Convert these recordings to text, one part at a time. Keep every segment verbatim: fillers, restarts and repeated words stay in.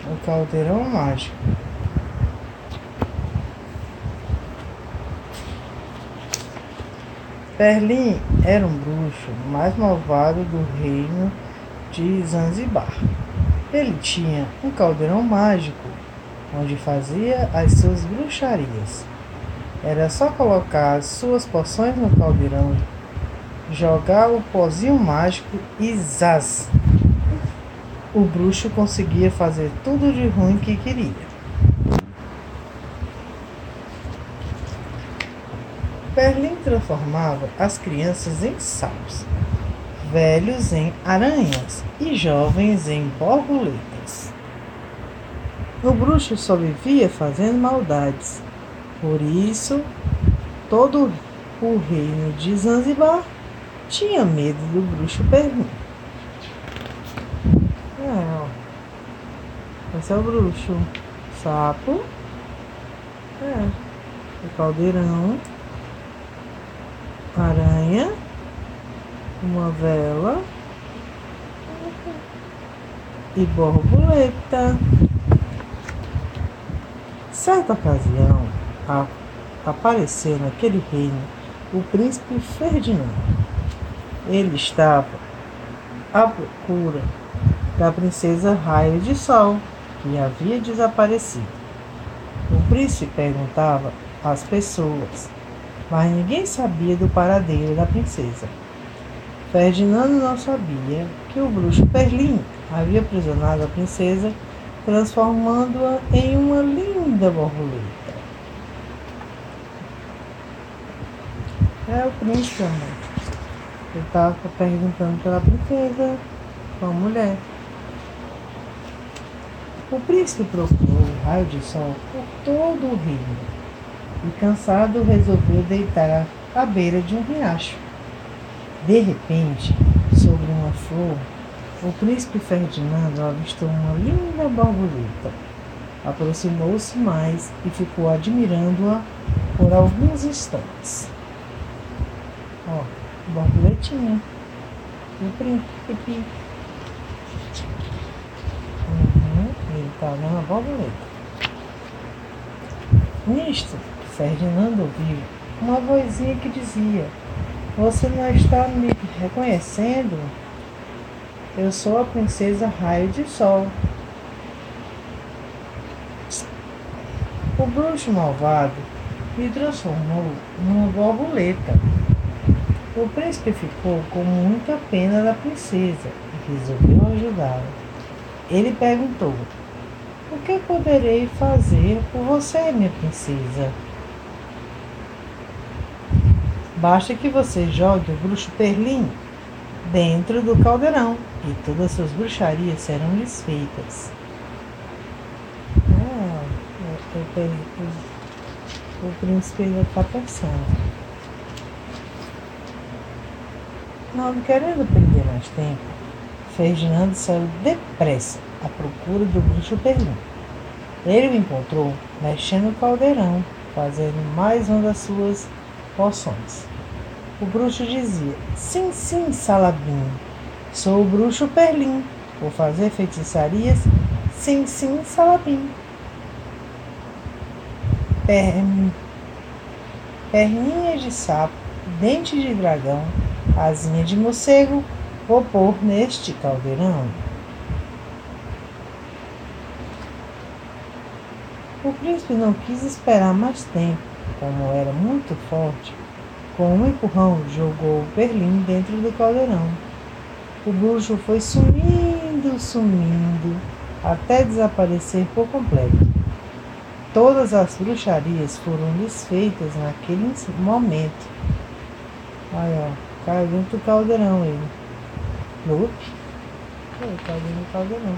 o caldeirão mágico. Perlim era um bruxo mais malvado do reino de Zanzibar. Ele tinha um caldeirão mágico onde fazia as suas bruxarias. Era só colocar as suas poções no caldeirão, jogar o pozinho mágico e zaz! O bruxo conseguia fazer tudo de ruim que queria. Perlim transformava as crianças em sapos, velhos em aranhas e jovens em borboletas. O bruxo só vivia fazendo maldades. Por isso, todo o reino de Zanzibar tinha medo do bruxo Perlim. É, ó. Esse é o bruxo. Sapo. É. O caldeirão. Aranha. Uma vela. E borboleta. Certa ocasião, a, apareceu naquele reino o príncipe Ferdinando. Ele estava à procura da princesa Raio de Sol, que havia desaparecido. O príncipe perguntava às pessoas, mas ninguém sabia do paradeiro da princesa. Ferdinando não sabia que o bruxo Perlim havia aprisionado a princesa, transformando-a em uma linda borboleta. É o príncipe, amor. Ele estava perguntando pela princesa, uma mulher. O príncipe procurou o raio de sol por todo o reino e, cansado, resolveu deitar à beira de um riacho. De repente, sobre uma flor, o príncipe Ferdinando avistou uma linda borboleta. Aproximou-se mais e ficou admirando-a por alguns instantes. Ó, borboletinha. O príncipe. Uhum, ele está olhando a borboleta. Nisto, Ferdinando ouviu uma vozinha que dizia: "Você não está me reconhecendo? Eu sou a princesa Raio de Sol." O bruxo malvado me transformou numa borboleta. O príncipe ficou com muita pena da princesa e resolveu ajudá-la. Ele perguntou: "O que poderei fazer por você, minha princesa?" "Basta que você jogue o bruxo Perlim dentro do caldeirão e todas as suas bruxarias serão desfeitas." Ah, o, o, o príncipe ainda está pensando. Não querendo perder mais tempo, Ferdinando saiu depressa à procura do bruxo Perlim. Ele o encontrou mexendo no caldeirão, fazendo mais uma das suas poções. O bruxo dizia: "Sim, sim, Salabim, sou o bruxo Perlim. Vou fazer feitiçarias. Sim, sim, Salabim. Per... Perninhas de sapo, dente de dragão, asinha de morcego, vou pôr neste caldeirão." O príncipe não quis esperar mais tempo. Como era muito forte, com um empurrão jogou o Perlim dentro do caldeirão. O bruxo foi sumindo, sumindo, até desaparecer por completo. Todas as bruxarias foram desfeitas naquele momento. Olha, ó, caiu dentro do caldeirão ele. Lupe. Caiu dentro do caldeirão.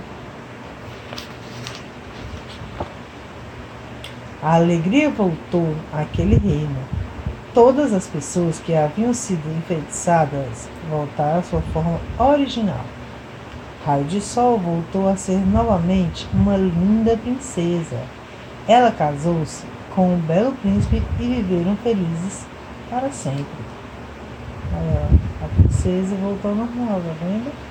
A alegria voltou àquele reino. Todas as pessoas que haviam sido enfeitiçadas voltaram à sua forma original. Raio de Sol voltou a ser novamente uma linda princesa. Ela casou-se com um belo príncipe e viveram felizes para sempre. Olha, a princesa voltou ao normal, tá vendo?